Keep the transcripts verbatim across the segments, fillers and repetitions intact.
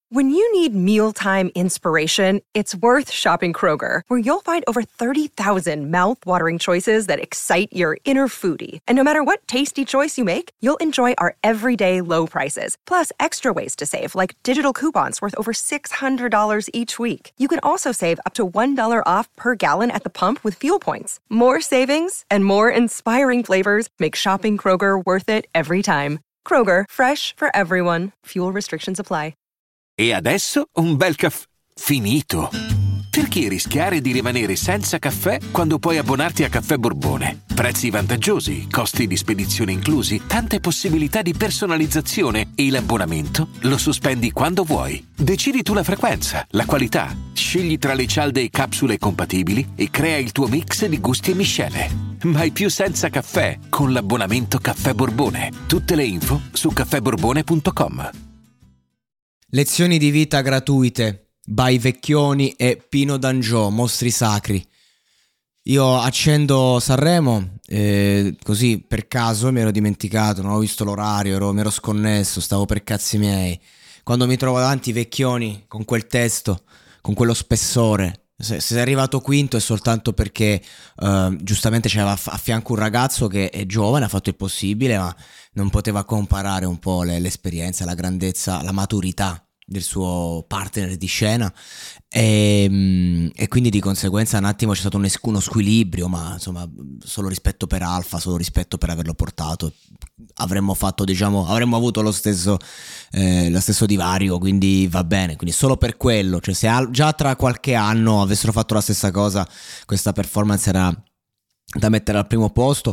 When you need mealtime inspiration, it's worth shopping Kroger, where you'll find over thirty thousand mouth-watering choices that excite your inner foodie. And no matter what tasty choice you make, you'll enjoy our everyday low prices, plus extra ways to save, like digital coupons worth over six hundred dollars each week. You can also save up to one dollar off per gallon at the pump with fuel points. More savings and more inspiring flavors make shopping Kroger worth it every time. Kroger, fresh for everyone. Fuel restrictions apply. E adesso un bel caffè finito. Perché rischiare di rimanere senza caffè quando puoi abbonarti a Caffè Borbone? Prezzi vantaggiosi, costi di spedizione inclusi, tante possibilità di personalizzazione e l'abbonamento lo sospendi quando vuoi. Decidi tu la frequenza, la qualità, scegli tra le cialde e capsule compatibili e crea il tuo mix di gusti e miscele. Mai più senza caffè con l'abbonamento Caffè Borbone. Tutte le info su caffè borbone punto com. Lezioni di vita gratuite by Vecchioni e Pino D'Angiò, mostri sacri. Io accendo Sanremo, eh, così per caso mi ero dimenticato, non ho visto l'orario, ero, mi ero sconnesso, stavo per cazzi miei. Quando mi trovo davanti Vecchioni con quel testo, con quello spessore, se, se è arrivato quinto è soltanto perché eh, giustamente c'era a fianco un ragazzo che è giovane, ha fatto il possibile, ma non poteva comparare un po' le, l'esperienza, la grandezza, la maturità del suo partner di scena e, e quindi di conseguenza un attimo c'è stato un, uno squilibrio, ma insomma solo rispetto per Alfa, solo rispetto per averlo portato, avremmo fatto, diciamo, avremmo avuto lo stesso eh, lo stesso divario, quindi va bene, quindi solo per quello, cioè se al, già tra qualche anno avessero fatto la stessa cosa, questa performance era da mettere al primo posto.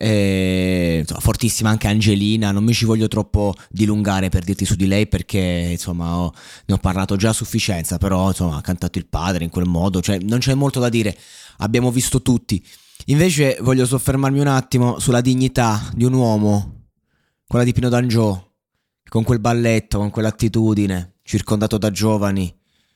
E, insomma, fortissima anche Angelina, non mi ci voglio troppo dilungare per dirti su di lei perché insomma ho, ne ho parlato già a sufficienza, però insomma ha cantato il padre in quel modo, cioè non c'è molto da dire, abbiamo visto tutti. Invece voglio soffermarmi un attimo sulla dignità di un uomo, quella di Pino D'Angiò, con quel balletto, con quell'attitudine, circondato da giovani,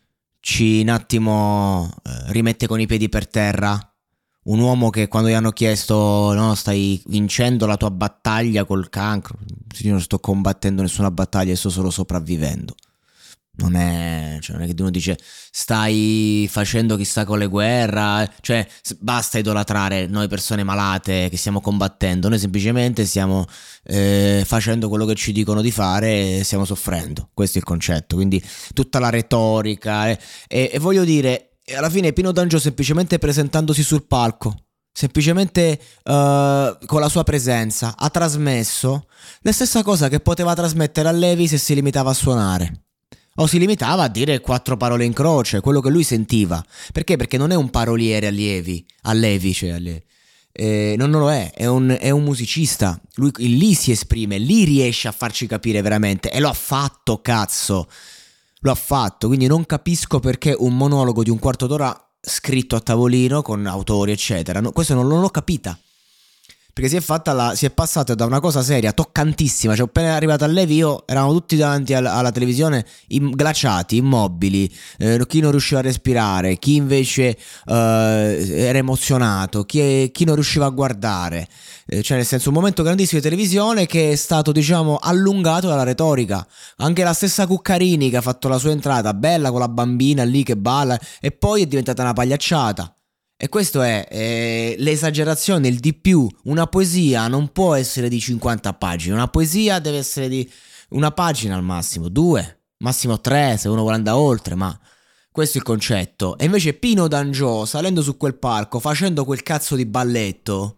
ci un attimo eh, rimette con i piedi per terra. Un uomo che quando gli hanno chiesto no, stai vincendo la tua battaglia col cancro, io non sto combattendo nessuna battaglia, sto solo sopravvivendo. Non è, cioè non è che uno dice stai facendo chissà con le guerre, cioè basta idolatrare noi persone malate che stiamo combattendo, noi semplicemente stiamo eh, facendo quello che ci dicono di fare e stiamo soffrendo, questo è il concetto, quindi tutta la retorica e, e, e voglio dire, e alla fine Pino D'Angiò semplicemente presentandosi sul palco, semplicemente uh, con la sua presenza, ha trasmesso la stessa cosa che poteva trasmettere a Levi se si limitava a suonare. O si limitava a dire quattro parole in croce, quello che lui sentiva. Perché? Perché non è un paroliere a Levi, a Levi, cioè a Levi. Eh, non, non lo è, è un, è un musicista. Lui lì si esprime, lì riesce a farci capire veramente. E lo ha fatto, cazzo. Lo ha fatto, quindi non capisco perché un monologo di un quarto d'ora scritto a tavolino con autori eccetera, no, questo non, non l'ho capita, perché si è fatta la, si è passato da una cosa seria, toccantissima, cioè appena è arrivato a Levi io eravamo tutti davanti alla, alla televisione im, glaciati, immobili, eh, chi non riusciva a respirare, chi invece eh, era emozionato, chi, chi non riusciva a guardare, eh, cioè nel senso un momento grandissimo di televisione che è stato diciamo allungato dalla retorica. Anche la stessa Cuccarini che ha fatto la sua entrata bella con la bambina lì che balla e poi è diventata una pagliacciata. E questo è eh, l'esagerazione, il di più. Una poesia non può essere di cinquanta pagine, una poesia deve essere di una pagina al massimo, due, massimo tre se uno vuole andare oltre, ma questo è il concetto. E invece Pino D'Angiò salendo su quel palco, facendo quel cazzo di balletto,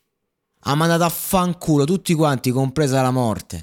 ha mandato a fanculo tutti quanti, compresa la morte.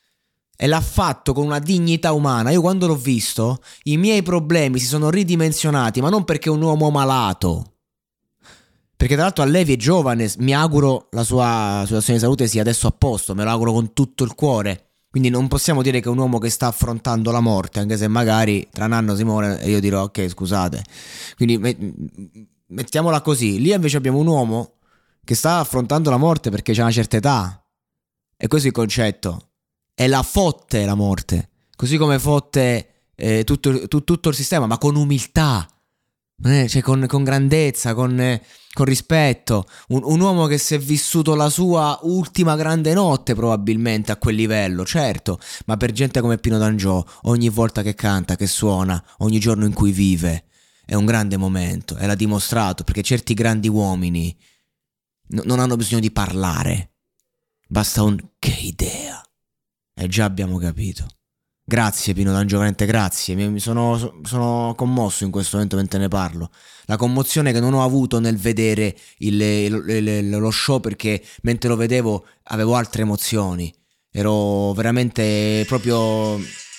E l'ha fatto con una dignità umana. Io quando l'ho visto i miei problemi si sono ridimensionati, ma non perché è un uomo malato, perché tra l'altro a Levi è giovane, mi auguro la sua situazione di salute sia adesso a posto, me lo auguro con tutto il cuore, quindi non possiamo dire che è un uomo che sta affrontando la morte, anche se magari tra un anno si muore e io dirò ok scusate, quindi mettiamola così. Lì invece abbiamo un uomo che sta affrontando la morte perché c'ha una certa età, e questo è il concetto, e la fotte la morte, così come fotte eh, tutto, tu, tutto il sistema, ma con umiltà. eh, cioè con, con grandezza, con, eh, con rispetto, un, un uomo che si è vissuto la sua ultima grande notte probabilmente a quel livello, certo, ma per gente come Pino D'Angio ogni volta che canta, che suona, ogni giorno in cui vive è un grande momento, e l'ha dimostrato, perché certi grandi uomini no, non hanno bisogno di parlare, basta un che idea e già abbiamo capito. Grazie Pino D'Angio, veramente grazie, mi, mi sono, sono commosso in questo momento mentre ne parlo. La commozione che non ho avuto nel vedere il, il, il, lo show, perché mentre lo vedevo avevo altre emozioni, ero veramente proprio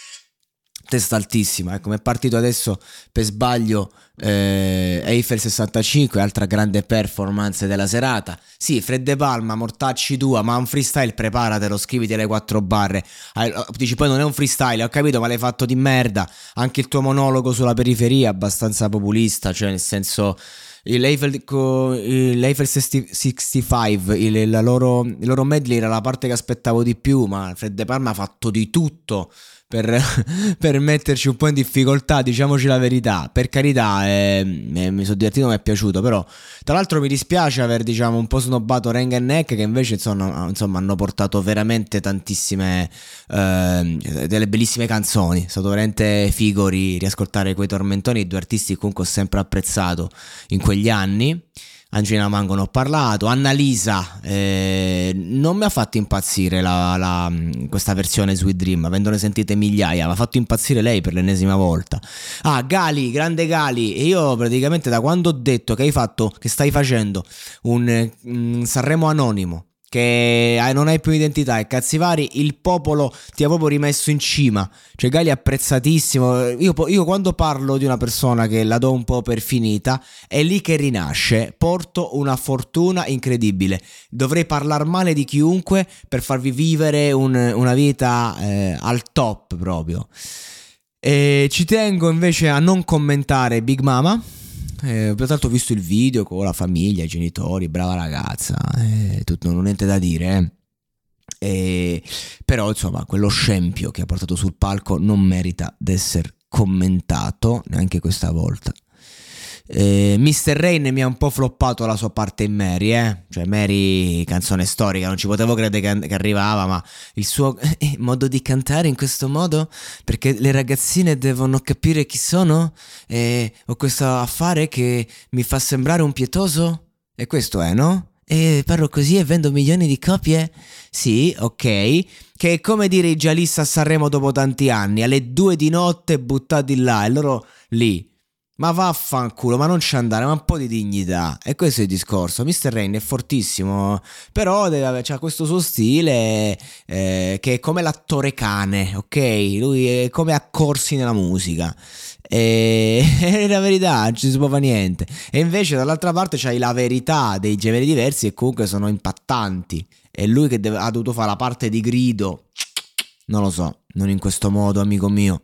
testa altissima. Ecco, mi è partito adesso per sbaglio eh, Eiffel sessantacinque, altra grande performance della serata. Sì, Fred De Palma, mortacci tua, ma un freestyle preparatelo, scriviti le quattro barre. Ah, dici poi non è un freestyle, ho capito, ma l'hai fatto di merda. Anche il tuo monologo sulla periferia è abbastanza populista, cioè nel senso... L'Eiffel, l'Eiffel sessantacinque, il, la loro, il loro medley era la parte che aspettavo di più, ma Fred De Palma ha fatto di tutto per, per metterci un po' in difficoltà, diciamoci la verità. Per carità, eh, eh, mi sono divertito, mi è piaciuto, però tra l'altro mi dispiace aver, diciamo, un po' snobbato Rang and Neck, che invece insomma, insomma hanno portato veramente tantissime eh, delle bellissime canzoni. È stato veramente figo ri, riascoltare quei tormentoni, due artisti che comunque ho sempre apprezzato in quegli anni. Angelina Mango ne ho parlato, Annalisa eh, non mi ha fatto impazzire la, la, questa versione Sweet Dream, avendone sentite migliaia, mi ha fatto impazzire lei per l'ennesima volta. Ah, Gali, grande Gali, e io praticamente da quando ho detto che hai fatto, che stai facendo un, un Sanremo anonimo, che non hai più identità e cazzi vari, il popolo ti ha proprio rimesso in cima. Cioè Gali è apprezzatissimo. Io, io quando parlo di una persona che la do un po' per finita, è lì che rinasce. Porto una fortuna incredibile. Dovrei parlare male di chiunque per farvi vivere un, una vita eh, al top proprio. E ci tengo invece a non commentare Big Mama. Eh, peraltro ho visto il video con la famiglia, i genitori, brava ragazza, eh, tutto, non ho niente da dire, eh. E, però insomma quello scempio che ha portato sul palco non merita d'essere commentato neanche questa volta. eh, mister Rain mi ha un po' floppato la sua parte in Mary, eh? Cioè Mary, canzone storica, non ci potevo credere che, che arrivava, ma il suo eh, modo di cantare in questo modo, perché le ragazzine devono capire chi sono, e ho questo affare che mi fa sembrare un pietoso, e questo è, no? E parlo così e vendo milioni di copie? Sì, ok. Che è come dire i Gialissa a Sanremo dopo tanti anni, alle due di notte buttati là, e loro lì. Ma vaffanculo, ma non c'è andare, ma un po' di dignità. E questo è il discorso. mister Rain è fortissimo, però deve, c'ha questo suo stile eh, che è come l'attore cane, ok? Lui è come accorsi nella musica. E è la verità, non ci si può fare niente. E invece dall'altra parte c'hai la verità dei generi diversi, e comunque sono impattanti. E lui che deve, ha dovuto fare la parte di grido, non lo so, non in questo modo, amico mio.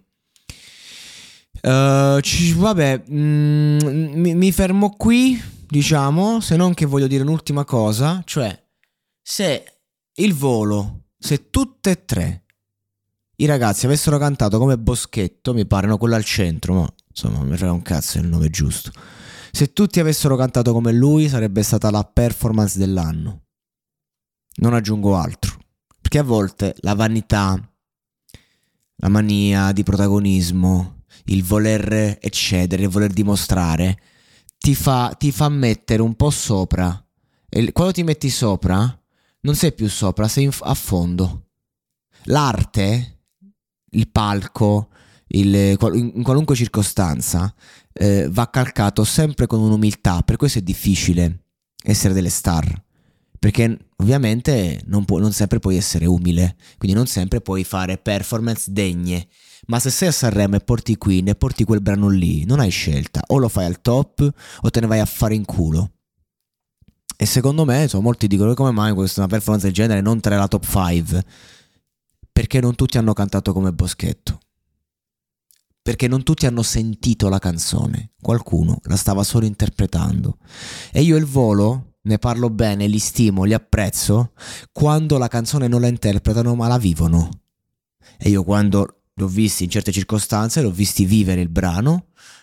Uh, ci, vabbè, mm, mi, mi fermo qui, diciamo, se non che voglio dire un'ultima cosa, cioè se il volo, se tutte e tre i ragazzi avessero cantato come Boschetto, mi pare, no, quello al centro, ma insomma mi frega un cazzo, è il nome giusto. Se tutti avessero cantato come lui, sarebbe stata la performance dell'anno. Non aggiungo altro, perché a volte la vanità, la mania di protagonismo, il voler eccedere, il voler dimostrare, ti fa, ti fa mettere un po' sopra. E quando ti metti sopra, non sei più sopra, sei in, a fondo. L'arte, il palco, il, in qualunque circostanza, eh, va calcato sempre con un'umiltà. Per questo è difficile essere delle star, perché ovviamente non, pu- non sempre puoi essere umile, quindi non sempre puoi fare performance degne. Ma se sei a Sanremo e porti Queen e porti quel brano lì, non hai scelta, o lo fai al top o te ne vai a fare in culo. E secondo me, insomma, molti dicono come mai questa una performance del genere non tra la top cinque, perché non tutti hanno cantato come Boschetto, perché non tutti hanno sentito la canzone, qualcuno la stava solo interpretando. E io il volo ne parlo bene, li stimo, li apprezzo quando la canzone non la interpretano ma la vivono. E io quando l'ho visti in certe circostanze, l'ho visti vivere il brano,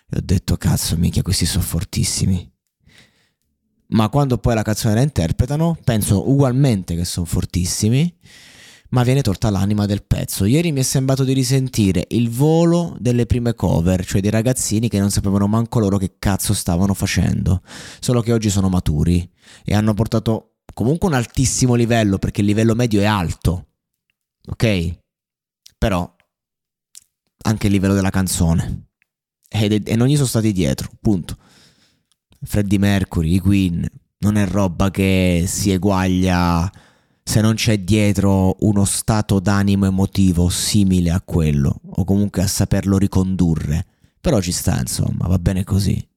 e ho detto cazzo minchia, questi sono fortissimi. Ma quando poi la canzone la interpretano penso ugualmente che sono fortissimi, ma viene tolta l'anima del pezzo. Ieri mi è sembrato di risentire il volo delle prime cover, cioè dei ragazzini che non sapevano manco loro che cazzo stavano facendo, solo che oggi sono maturi e hanno portato comunque un altissimo livello, perché il livello medio è alto, ok? Però anche il livello della canzone, e, e non gli sono stati dietro, punto. Freddie Mercury, i Queen, non è roba che si eguaglia se non c'è dietro uno stato d'animo emotivo simile a quello, o comunque a saperlo ricondurre. Però ci sta, insomma, va bene così.